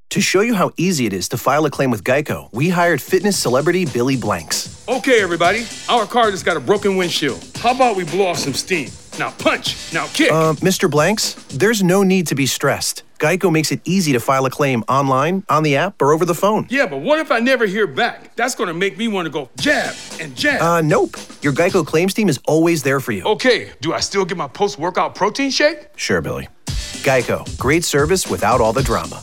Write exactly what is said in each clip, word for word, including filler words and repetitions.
To show you how easy it is to file a claim with Geico, we hired fitness celebrity Billy Blanks. Okay, everybody, our car just got a broken windshield. How about we blow off some steam? Now punch, now kick. Uh, Mister Blanks, there's no need to be stressed. Geico makes it easy to file a claim online, on the app, or over the phone. Yeah, but what if I never hear back? That's gonna make me want to go jab and jab. Uh, nope. Your Geico claims team is always there for you. Okay, do I still get my post-workout protein shake? Sure, Billy. Geico, great service without all the drama.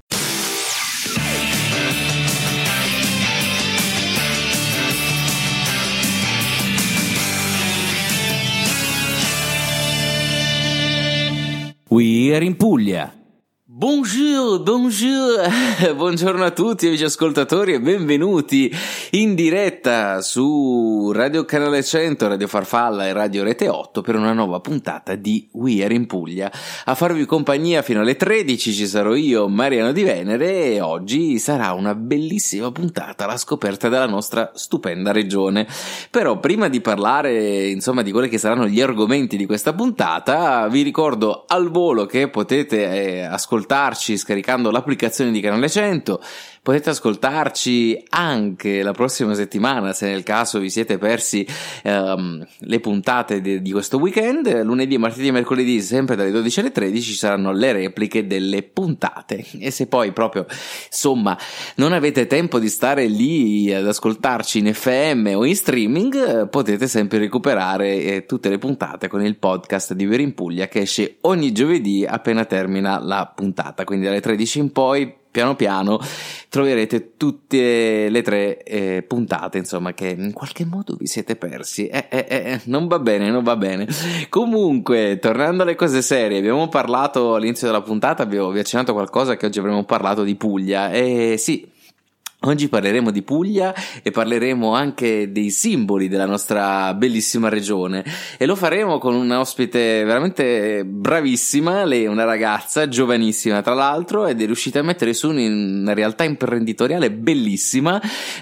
We are in Puglia. Bonjour, bonjour, buongiorno a tutti amici ascoltatori e benvenuti in diretta su Radio Canale cento, Radio Farfalla e Radio Rete otto per una nuova puntata di We Are in Puglia. A farvi compagnia fino alle tredici ci sarò io, Mariano Di Venere, e oggi sarà una bellissima puntata alla scoperta della nostra stupenda regione. Però prima di parlare insomma di quelli che saranno gli argomenti di questa puntata, vi ricordo al volo che potete eh, ascoltare scaricando l'applicazione di Canale cento. Potete ascoltarci anche la prossima settimana se nel caso vi siete persi um, le puntate di, di questo weekend. Lunedì, martedì e mercoledì, sempre dalle dodici alle tredici, ci saranno le repliche delle puntate. E se poi proprio insomma non avete tempo di stare lì ad ascoltarci in F M o in streaming, potete sempre recuperare eh, tutte le puntate con il podcast di We Are in Puglia, che esce ogni giovedì appena termina la puntata, quindi dalle tredici in poi piano piano troverete tutte le tre eh, puntate insomma che in qualche modo vi siete persi. Eh, eh, eh, non va bene, non va bene. Comunque, tornando alle cose serie, abbiamo parlato all'inizio della puntata, abbiamo vi accennato qualcosa che oggi avremmo parlato di Puglia. E sì, oggi parleremo di Puglia e parleremo anche dei simboli della nostra bellissima regione, e lo faremo con una ospite veramente bravissima. Lei è una ragazza giovanissima tra l'altro ed è riuscita a mettere su una realtà imprenditoriale bellissima,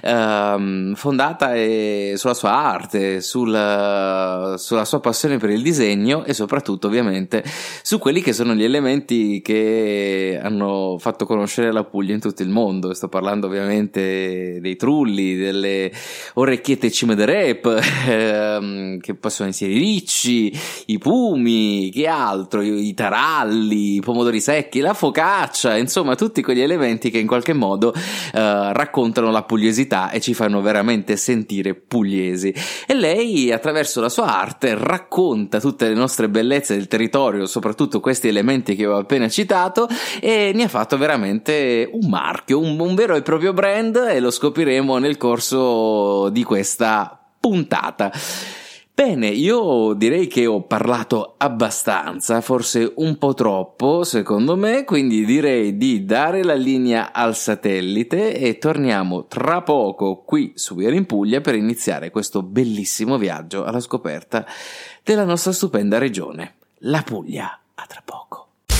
ehm, fondata eh, sulla sua arte, sulla, sulla sua passione per il disegno e soprattutto ovviamente su quelli che sono gli elementi che hanno fatto conoscere la Puglia in tutto il mondo. Sto parlando ovviamente dei trulli, delle orecchiette cime de rap, ehm, che possono essere i ricci, i pumi, che altro, i, i taralli, i pomodori secchi, la focaccia, insomma tutti quegli elementi che in qualche modo eh, raccontano la pugliesità e ci fanno veramente sentire pugliesi. E lei attraverso la sua arte racconta tutte le nostre bellezze del territorio, soprattutto questi elementi che ho appena citato, e ne ha fatto veramente un marchio, un, un vero e proprio brand, e lo scopriremo nel corso di questa puntata. Bene, io direi che ho parlato abbastanza, forse un po' troppo secondo me, quindi direi di dare la linea al satellite e torniamo tra poco qui su We Are in Puglia per iniziare questo bellissimo viaggio alla scoperta della nostra stupenda regione, la Puglia. A tra poco.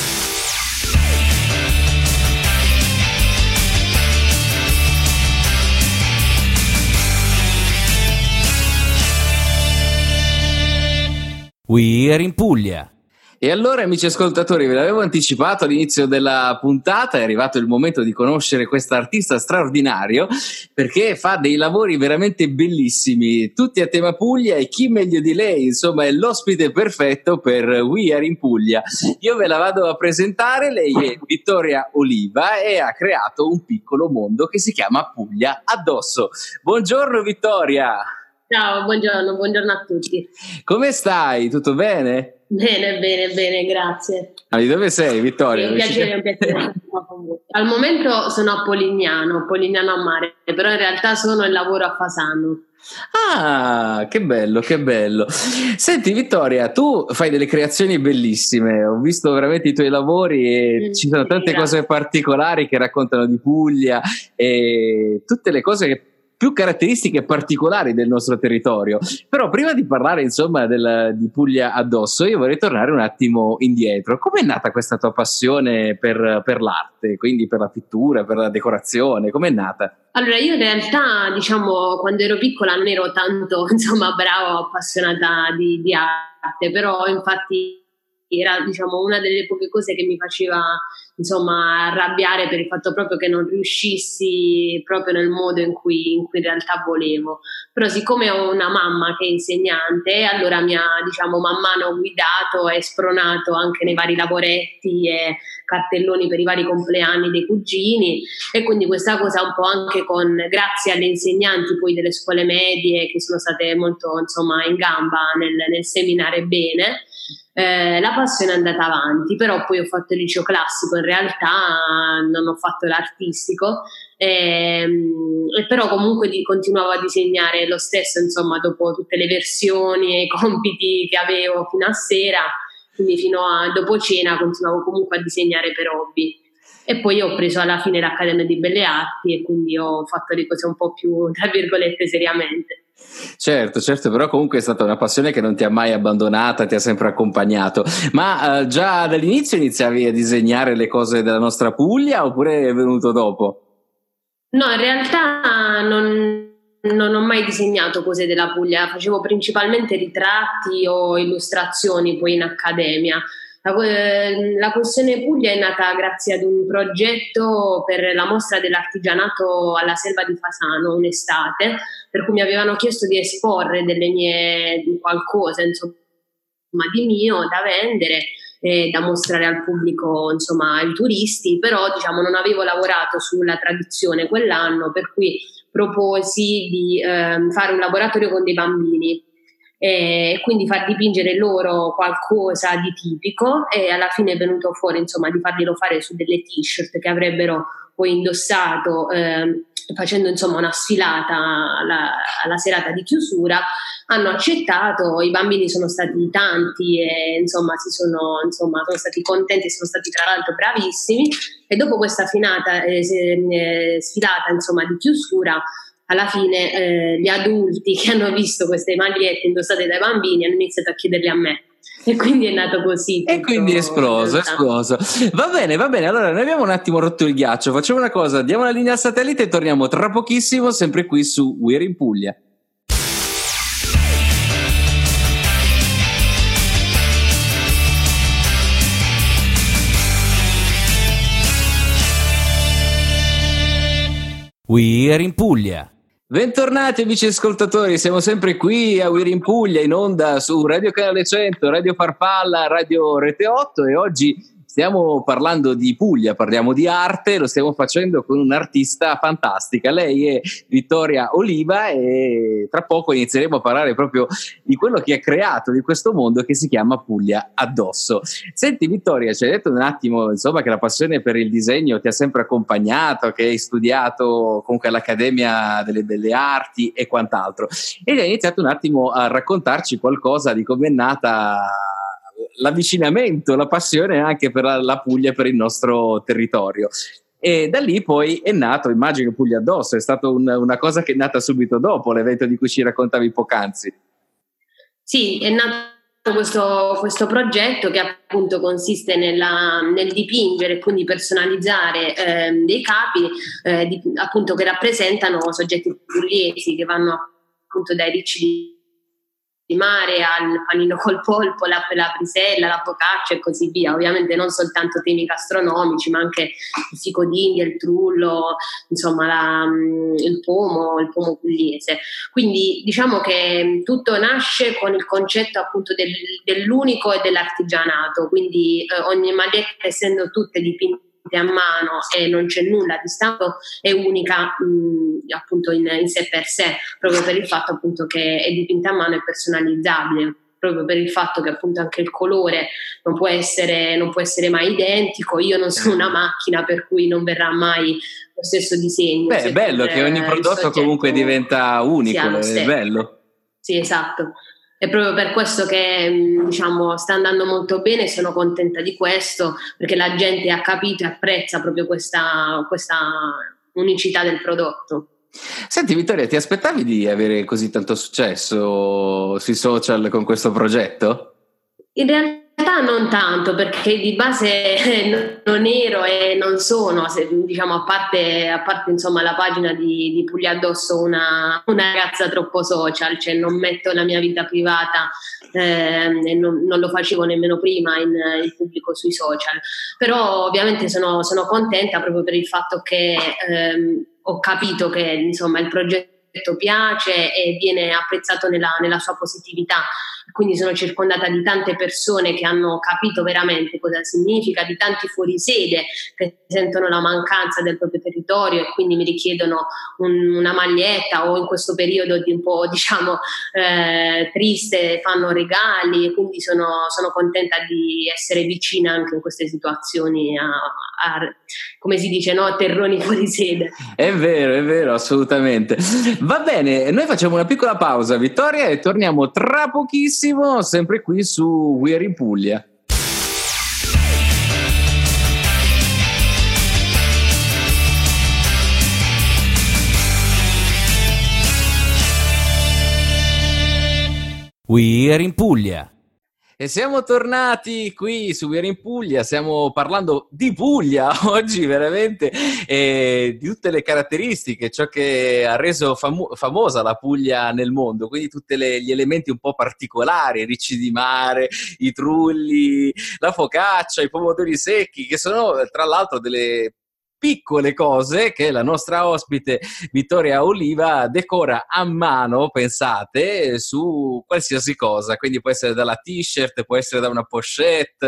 We Are in Puglia. E allora amici ascoltatori, ve l'avevo anticipato all'inizio della puntata, è arrivato il momento di conoscere questa artista straordinario perché fa dei lavori veramente bellissimi, tutti a tema Puglia, e chi meglio di lei, insomma è l'ospite perfetto per We Are in Puglia. Io ve la vado a presentare, lei è Vittoria Oliva e ha creato un piccolo mondo che si chiama Puglia Addosso. Buongiorno Vittoria! Ciao, buongiorno, buongiorno a tutti. Come stai? Tutto bene? Bene, bene, bene, grazie. Ah, di dove sei, Vittoria? È un piacere, è un piacere. Al momento sono a Polignano, Polignano a Mare, però in realtà sono in lavoro a Fasano. Ah, che bello, che bello. Senti Vittoria, tu fai delle creazioni bellissime, ho visto veramente i tuoi lavori e mm, ci sono tante grazie. Cose particolari che raccontano di Puglia e tutte le cose che più caratteristiche particolari del nostro territorio. Però prima di parlare insomma del, di Puglia Addosso, io vorrei tornare un attimo indietro. Com'è nata questa tua passione per, per l'arte, quindi per la pittura, per la decorazione? Com'è nata? Allora, io in realtà, diciamo, quando ero piccola non ero tanto, insomma, brava o appassionata di, di arte, però infatti era, diciamo, una delle poche cose che mi faceva, insomma, arrabbiare per il fatto proprio che non riuscissi proprio nel modo in cui, in cui in realtà volevo. Però siccome ho una mamma che è insegnante, allora mi ha, diciamo, man mano guidato e spronato anche nei vari lavoretti e cartelloni per i vari compleanni dei cugini, e quindi questa cosa un po' anche con, grazie alle insegnanti poi delle scuole medie che sono state molto, insomma, in gamba nel, nel seminare bene, eh, la passione è andata avanti. Però poi ho fatto il liceo classico, in realtà non ho fatto l'artistico, e, e però comunque di, continuavo a disegnare lo stesso, insomma, dopo tutte le versioni e i compiti che avevo fino a sera, quindi fino a dopo cena continuavo comunque a disegnare per hobby. E poi ho preso alla fine l'Accademia di Belle Arti e quindi ho fatto le cose un po' più, tra virgolette, seriamente. Certo, certo, però comunque è stata una passione che non ti ha mai abbandonata, ti ha sempre accompagnato. Ma uh, già dall'inizio iniziavi a disegnare le cose della nostra Puglia oppure è venuto dopo? No, in realtà non, non ho mai disegnato cose della Puglia, facevo principalmente ritratti o illustrazioni poi in accademia. La, la questione Puglia è nata grazie ad un progetto per la mostra dell'artigianato alla Selva di Fasano un'estate, per cui mi avevano chiesto di esporre delle mie di qualcosa, insomma, di mio da vendere e da mostrare al pubblico, insomma, ai turisti. Però, diciamo, non avevo lavorato sulla tradizione quell'anno, per cui proposi di eh, fare un laboratorio con dei bambini e quindi far dipingere loro qualcosa di tipico, e alla fine è venuto fuori, insomma, di farglielo fare su delle t-shirt che avrebbero poi indossato eh, facendo, insomma, una sfilata alla, alla serata di chiusura. Hanno accettato, i bambini sono stati tanti e insomma si sono, insomma, sono stati contenti, sono stati tra l'altro bravissimi, e dopo questa finata, eh, eh, sfilata, insomma, di chiusura, alla fine eh, gli adulti che hanno visto queste magliette indossate dai bambini hanno iniziato a chiederle a me, e quindi è nato così. E quindi è esploso, è esploso. Va bene, va bene. Allora, noi abbiamo un attimo rotto il ghiaccio. Facciamo una cosa, diamo la linea al satellite e torniamo tra pochissimo, sempre qui su We're in Puglia. We're in Puglia. Bentornati amici ascoltatori, siamo sempre qui a We're in Puglia, in onda su Radio Canale cento, Radio Farfalla, Radio Rete otto, e oggi stiamo parlando di Puglia, parliamo di arte, lo stiamo facendo con un'artista fantastica. Lei è Vittoria Oliva e tra poco inizieremo a parlare proprio di quello che ha creato, di questo mondo che si chiama Puglia addosso. Senti Vittoria, ci hai detto un attimo, insomma, che la passione per il disegno ti ha sempre accompagnato, che hai studiato comunque all'Accademia delle Belle Arti e quant'altro, e hai iniziato un attimo a raccontarci qualcosa di come è nata l'avvicinamento, la passione anche per la, la Puglia, per il nostro territorio. E da lì poi è nato, immagino, Puglia addosso. È stata un, una cosa che è nata subito dopo l'evento di cui ci raccontavi poc'anzi. Sì, è nato questo, questo progetto che appunto consiste nella, nel dipingere e quindi personalizzare eh, dei capi eh, di, appunto che rappresentano soggetti pugliesi, che vanno appunto dai ricci di di mare al panino col polpo, la, la frisella, la focaccia e così via. Ovviamente non soltanto temi gastronomici, ma anche il fico d'India, il trullo, insomma la, il pomo, il pomo pugliese. Quindi diciamo che tutto nasce con il concetto appunto del, dell'unico e dell'artigianato, quindi eh, ogni maglietta, essendo tutte dipinte a mano e non c'è nulla di stampo, è unica mh, appunto in, in sé per sé, proprio per il fatto appunto che è dipinta a mano e personalizzabile, proprio per il fatto che appunto anche il colore non può essere, non può essere mai identico. Io non sono una macchina per cui non verrà mai lo stesso disegno. Beh, è bello che ogni prodotto comunque diventa unico, è bello. Sì, esatto. È proprio per questo che, diciamo, sta andando molto bene, sono contenta di questo, perché la gente ha capito e apprezza proprio questa, questa unicità del prodotto. Senti Vittoria, ti aspettavi di avere così tanto successo sui social con questo progetto? In realtà realtà non tanto, perché di base non ero e non sono, se, diciamo, a parte, a parte insomma la pagina di, di Puglia Addosso, una, una ragazza troppo social, cioè non metto la mia vita privata eh, e non, non lo facevo nemmeno prima in, in pubblico sui social, però ovviamente sono, sono contenta proprio per il fatto che ehm, ho capito che insomma il progetto piace e viene apprezzato nella, nella sua positività, quindi sono circondata di tante persone che hanno capito veramente cosa significa, di tanti fuorisede che sentono la mancanza del proprio territorio e quindi mi richiedono un, una maglietta, o in questo periodo di un po' diciamo eh, triste fanno regali, e quindi sono, sono contenta di essere vicina anche in queste situazioni a, a come si dice, no, terroni fuorisede. È vero, è vero, assolutamente. Va bene, noi facciamo una piccola pausa, Vittoria, e torniamo tra pochissimo, sempre qui su We Are in Puglia. We Are in Puglia. E siamo tornati qui su We Are in Puglia, stiamo parlando di Puglia oggi veramente, e di tutte le caratteristiche, ciò che ha reso famo- famosa la Puglia nel mondo, quindi tutti gli elementi un po' particolari, i ricci di mare, i trulli, la focaccia, i pomodori secchi, che sono tra l'altro delle piccole cose che la nostra ospite Vittoria Oliva decora a mano, pensate, su qualsiasi cosa, quindi può essere dalla t-shirt, può essere da una pochette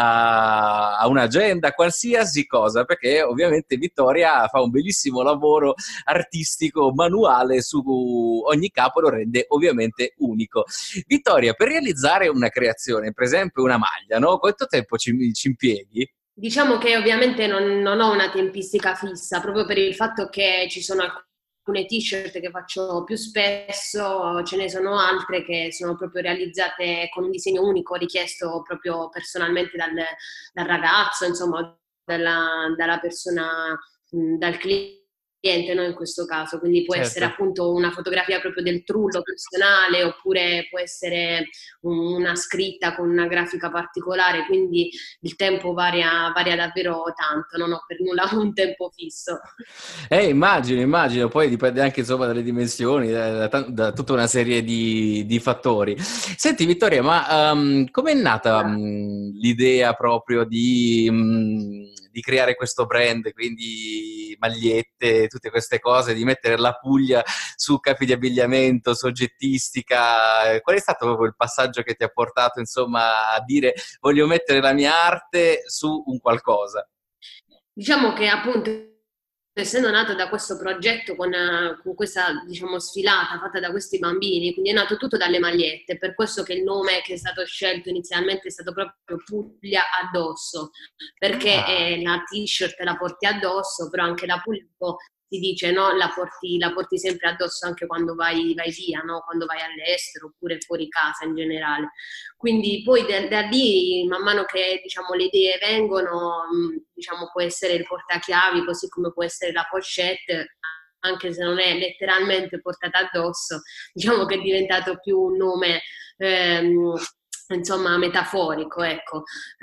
a, a un'agenda, qualsiasi cosa, perché ovviamente Vittoria fa un bellissimo lavoro artistico manuale su ogni capo, lo rende ovviamente unico. Vittoria, per realizzare una creazione, per esempio una maglia, no? Quanto tempo ci, ci impieghi? Diciamo che ovviamente non, non ho una tempistica fissa, proprio per il fatto che ci sono alcune t-shirt che faccio più spesso, ce ne sono altre che sono proprio realizzate con un disegno unico richiesto proprio personalmente dal, dal ragazzo, insomma, dalla, dalla persona, dal cliente. No, in questo caso, quindi può certo. essere appunto una fotografia proprio del trullo personale, oppure può essere una scritta con una grafica particolare, quindi il tempo varia, varia davvero tanto, non ho per nulla un tempo fisso. Eh, immagino, immagino, poi dipende anche insomma dalle dimensioni, da, da, da tutta una serie di, di fattori. Senti Vittoria, ma um, com'è nata um, l'idea proprio di... Um, di creare questo brand, quindi magliette, tutte queste cose, di mettere la Puglia su capi di abbigliamento, soggettistica? Qual è stato proprio il passaggio che ti ha portato insomma a dire voglio mettere la mia arte su un qualcosa? Diciamo che appunto, essendo nato da questo progetto con, con questa diciamo sfilata fatta da questi bambini, quindi è nato tutto dalle magliette, per questo che il nome che è stato scelto inizialmente è stato proprio Puglia Addosso, perché ah. eh, la t-shirt la porti addosso, però anche la Puglia si dice, no, la porti, la porti sempre addosso anche quando vai, vai via, no? Quando vai all'estero oppure fuori casa in generale. Quindi poi da, da lì, man mano che diciamo le idee vengono, diciamo può essere il portachiavi, così come può essere la pochette, anche se non è letteralmente portata addosso, diciamo che è diventato più un nome ehm, insomma metaforico, ecco.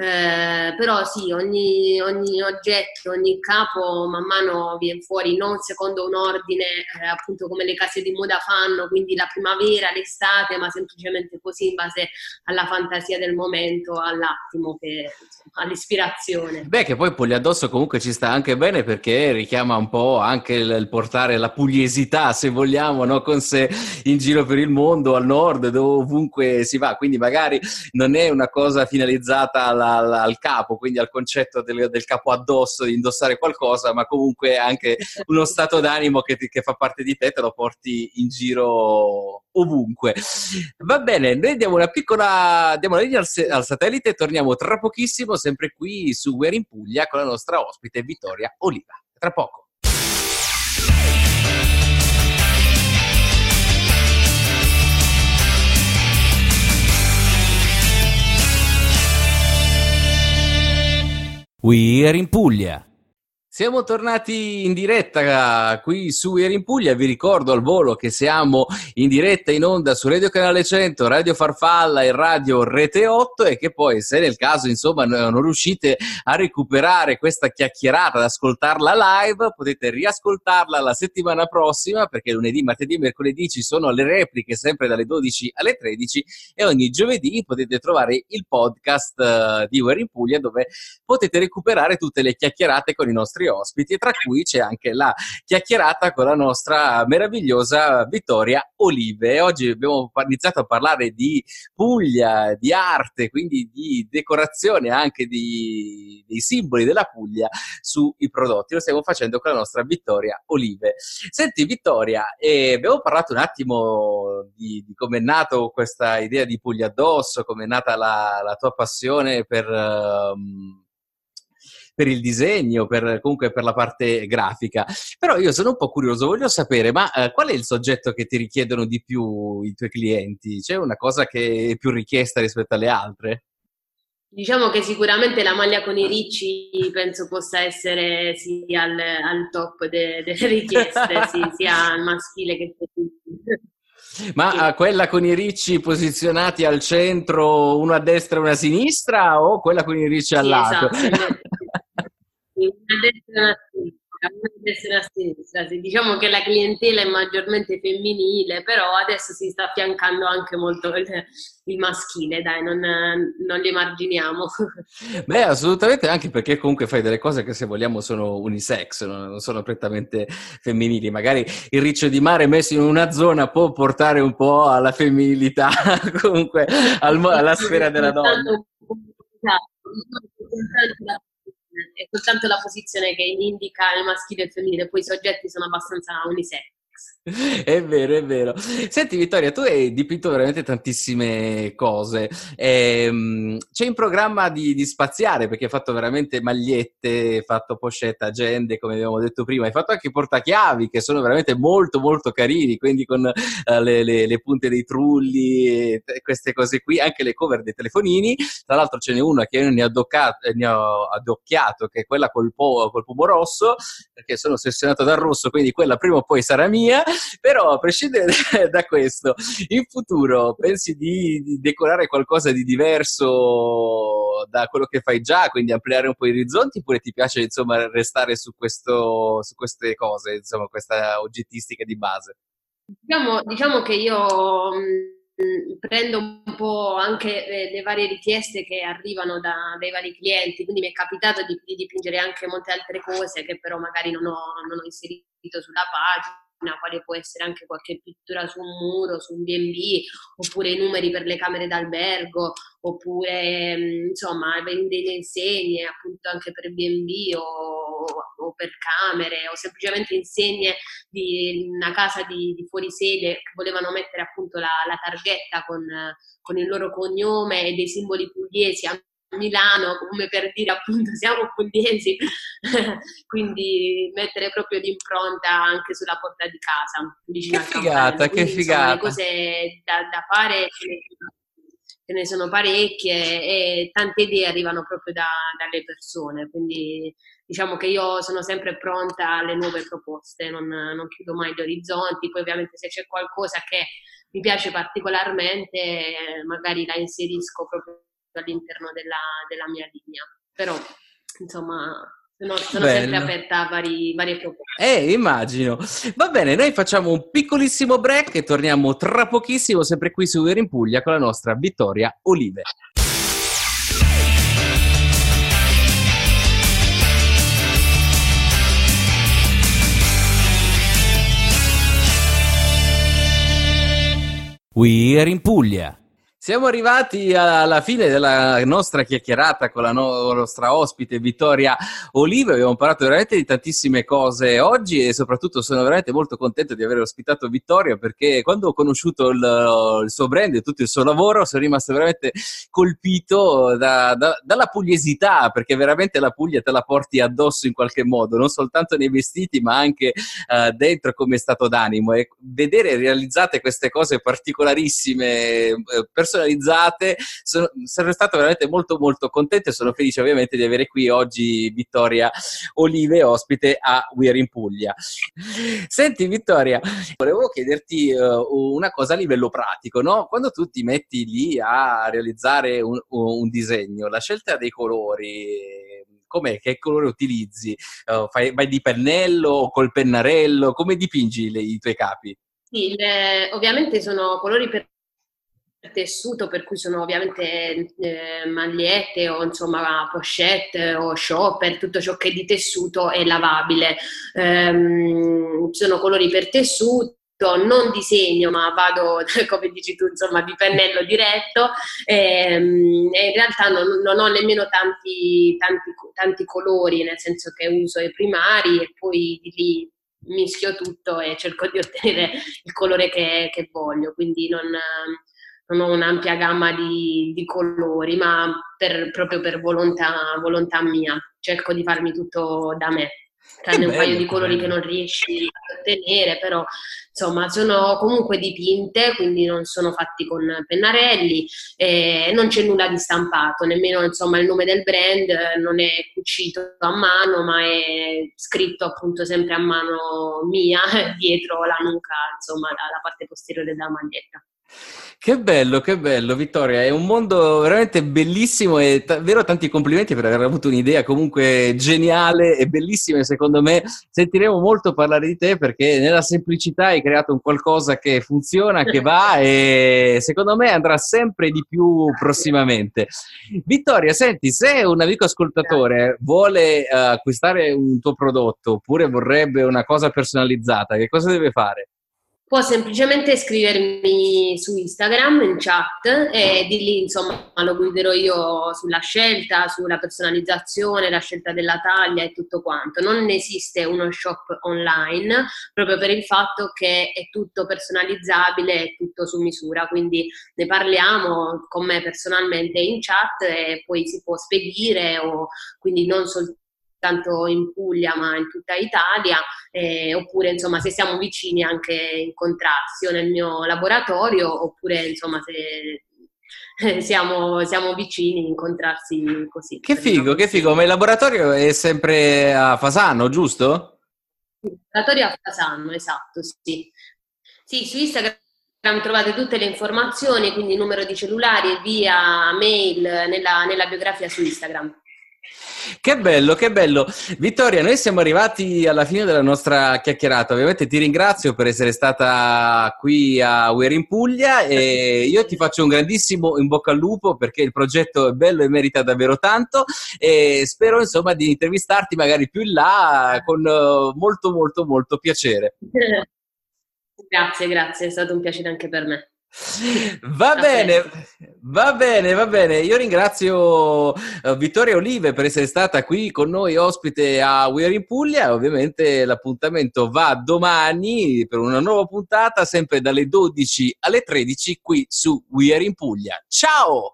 Eh, però sì, ogni, ogni oggetto, ogni capo man mano viene fuori non secondo un ordine, eh, appunto come le case di moda fanno, quindi la primavera, l'estate, ma semplicemente così in base alla fantasia del momento, all'attimo, che, insomma, all'ispirazione. Beh, che poi Puglia Addosso comunque ci sta anche bene, perché richiama un po' anche il, il portare la pugliesità, se vogliamo, no? Con sé in giro per il mondo, al nord, ovunque si va, quindi magari non è una cosa finalizzata alla, alla, al capo, quindi al concetto del, del capo addosso, di indossare qualcosa, ma comunque anche uno stato d'animo che, ti, che fa parte di te, te lo porti in giro ovunque. Va bene, noi diamo una piccola, diamo la linea al, al satellite e torniamo tra pochissimo, sempre qui su We Are in Puglia, con la nostra ospite Vittoria Oliva. Tra poco. We Are in Puglia. Siamo tornati in diretta qui su We Are in Puglia. Vi ricordo al volo che siamo in diretta in onda su Radio Canale cento, Radio Farfalla e Radio Rete otto, e che poi, se nel caso insomma non riuscite a recuperare questa chiacchierata, ad ascoltarla live, potete riascoltarla la settimana prossima, perché lunedì, martedì e mercoledì ci sono le repliche sempre dalle dodici alle tredici, e ogni giovedì potete trovare il podcast uh, di We Are in Puglia, dove potete recuperare tutte le chiacchierate con i nostri ospiti, e tra cui c'è anche la chiacchierata con la nostra meravigliosa Vittoria Olive. Oggi abbiamo iniziato a parlare di Puglia, di arte, quindi di decorazione anche di, dei simboli della Puglia sui prodotti. Lo stiamo facendo con la nostra Vittoria Olive. Senti Vittoria, eh, abbiamo parlato un attimo di, di come è nato questa idea di Puglia addosso, come è nata la, la tua passione per... Um, per il disegno, per, comunque per la parte grafica. Però io sono un po' curioso, voglio sapere, ma eh, qual è il soggetto che ti richiedono di più i tuoi clienti? C'è una cosa che è più richiesta rispetto alle altre? Diciamo che sicuramente la maglia con i ricci penso possa essere sì, al, al top de, delle richieste, sì, sia al maschile che femminile. Ma sì. Quella con i ricci posizionati al centro, uno a destra e una a sinistra, o quella con i ricci al sì, lato? Esatto. Una destra e una sinistra, una destra e una sinistra. Sì. Diciamo che la clientela è maggiormente femminile, però adesso si sta affiancando anche molto il, il maschile, dai, non, non li emarginiamo. Beh, assolutamente, anche perché comunque fai delle cose che, se vogliamo, sono unisex, non sono prettamente femminili. Magari il riccio di mare messo in una zona può portare un po' alla femminilità, comunque al, alla sfera della donna. È soltanto la posizione che indica il maschile e il femminile, poi i soggetti sono abbastanza unisex. È vero, è vero. Senti Vittoria, tu hai dipinto veramente tantissime cose. Ehm, c'è in programma di, di spaziare, perché hai fatto veramente magliette, hai fatto pochette, agende, come abbiamo detto prima, hai fatto anche portachiavi che sono veramente molto molto carini, quindi con uh, le, le, le punte dei trulli e queste cose qui, anche le cover dei telefonini. Tra l'altro ce n'è una che io ne ho, addoccato, ne ho addocchiato, che è quella col, po, col pomo rosso, perché sono ossessionato dal rosso, quindi quella prima o poi sarà mia. Però a prescindere da questo, in futuro pensi di, di decorare qualcosa di diverso da quello che fai già, quindi ampliare un po' i orizzonti, oppure ti piace insomma restare su, questo, su queste cose, insomma questa oggettistica di base? Diciamo, diciamo che io mh, prendo un po' anche le, le varie richieste che arrivano da, dai vari clienti, quindi mi è capitato di, di dipingere anche molte altre cose che però magari non ho, non ho inserito sulla pagina, quale può essere anche qualche pittura su un muro, su un B and B, oppure i numeri per le camere d'albergo, oppure insomma delle insegne appunto anche per B and B o, o per camere, o semplicemente insegne di una casa di, di fuorisede che volevano mettere appunto la, la targhetta con, con il loro cognome e dei simboli pugliesi a Milano, come per dire appunto siamo pugliesi, quindi mettere proprio l'impronta anche sulla porta di casa vicino che al figata, campanello. Quindi, che insomma, figata. le cose da, da fare ce ne sono parecchie e tante idee arrivano proprio da, dalle persone, quindi diciamo che io sono sempre pronta alle nuove proposte, non, non chiudo mai gli orizzonti. Poi ovviamente se c'è qualcosa che mi piace particolarmente magari la inserisco proprio all'interno della, della mia linea, però insomma sono, sono sempre aperta a vari, varie proposte. Eh, immagino. Va bene, noi facciamo un piccolissimo break e torniamo tra pochissimo sempre qui su We Are in Puglia con la nostra Vittoria Olive. We Are in Puglia. Siamo arrivati alla fine della nostra chiacchierata con la no- nostra ospite Vittoria Olive. Abbiamo parlato veramente di tantissime cose oggi e soprattutto sono veramente molto contento di aver ospitato Vittoria, perché quando ho conosciuto il, il suo brand e tutto il suo lavoro sono rimasto veramente colpito da, da, dalla pugliesità, perché veramente la Puglia te la porti addosso in qualche modo, non soltanto nei vestiti ma anche uh, dentro come stato d'animo, e vedere realizzate queste cose particolarissime, eh, personalmente personalizzate. Sono, sono stato veramente molto molto contento e sono felice ovviamente di avere qui oggi Vittoria Olive, ospite a We Are in Puglia. Senti Vittoria, volevo chiederti uh, una cosa a livello pratico, no? Quando tu ti metti lì a realizzare un, un disegno, la scelta dei colori, com'è? Che colore utilizzi? Uh, fai, vai di pennello o col pennarello? Come dipingi le, i tuoi capi? Sì, le, ovviamente sono colori per tessuto, per cui sono ovviamente eh, magliette o insomma pochette o shopper, tutto ciò che è di tessuto è lavabile. Ehm, sono colori per tessuto. Non disegno, ma vado, come dici tu, insomma, di pennello diretto, e, e in realtà non, non ho nemmeno tanti, tanti, tanti colori, nel senso che uso i primari e poi di lì mischio tutto e cerco di ottenere il colore che, che voglio, quindi non, non ho un'ampia gamma di, di colori, ma per, proprio per volontà, volontà mia, cerco di farmi tutto da me. Tranne un paio di colori che non riesci a ottenere, però insomma sono comunque dipinte, quindi non sono fatti con pennarelli, e non c'è nulla di stampato, nemmeno insomma il nome del brand non è cucito a mano, ma è scritto appunto sempre a mano mia dietro la nuca, insomma la, la parte posteriore della maglietta. Che bello, che bello Vittoria, è un mondo veramente bellissimo e davvero tanti complimenti per aver avuto un'idea comunque geniale e bellissima, e secondo me sentiremo molto parlare di te perché nella semplicità hai creato un qualcosa che funziona, che va e secondo me andrà sempre di più prossimamente. Vittoria, senti, se un amico ascoltatore vuole uh, acquistare un tuo prodotto oppure vorrebbe una cosa personalizzata, che cosa deve fare? Può semplicemente scrivermi su Instagram in chat e di lì insomma lo guiderò io sulla scelta, sulla personalizzazione, la scelta della taglia e tutto quanto. Non esiste uno shop online proprio per il fatto che è tutto personalizzabile, è tutto su misura, quindi ne parliamo con me personalmente in chat e poi si può spedire, o quindi non soltanto tanto in Puglia ma in tutta Italia, eh, oppure insomma se siamo vicini anche incontrarsi o nel mio laboratorio, oppure insomma se siamo, siamo vicini incontrarsi così. Che figo, che figo, ma il laboratorio è sempre a Fasano, giusto? Il laboratorio a Fasano, esatto, sì. Sì, su Instagram trovate tutte le informazioni, quindi numero di cellulare, via mail nella, nella biografia su Instagram. Che bello, che bello. Vittoria, noi siamo arrivati alla fine della nostra chiacchierata. Ovviamente ti ringrazio per essere stata qui a We Are in Puglia e io ti faccio un grandissimo in bocca al lupo perché il progetto è bello e merita davvero tanto, e spero insomma di intervistarti magari più in là con molto molto molto piacere. Grazie, grazie, è stato un piacere anche per me. Va bene, va bene, va bene. Io ringrazio uh, Vittoria Olive per essere stata qui con noi ospite a We Are in Puglia. Ovviamente l'appuntamento va domani per una nuova puntata, sempre dalle dodici alle tredici qui su We Are in Puglia. Ciao!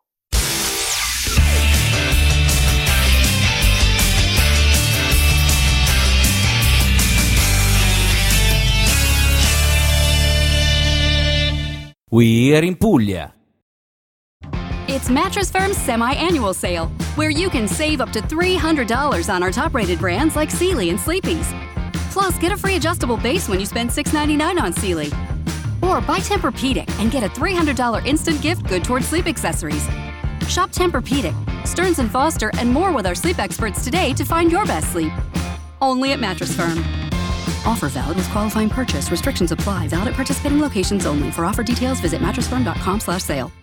We Are in Puglia. It's Mattress Firm's semi-annual sale, where you can save up to three hundred dollars on our top-rated brands like Sealy and Sleepy's. Plus, get a free adjustable base when you spend six ninety-nine on Sealy. Or buy Tempur-Pedic and get a three hundred dollars instant gift good towards sleep accessories. Shop Tempur-Pedic, Stearns and Foster, and more with our sleep experts today to find your best sleep. Only at Mattress Firm. Offer valid with qualifying purchase. Restrictions apply. Valid at participating locations only. For offer details, visit mattress firm dot com slash sale.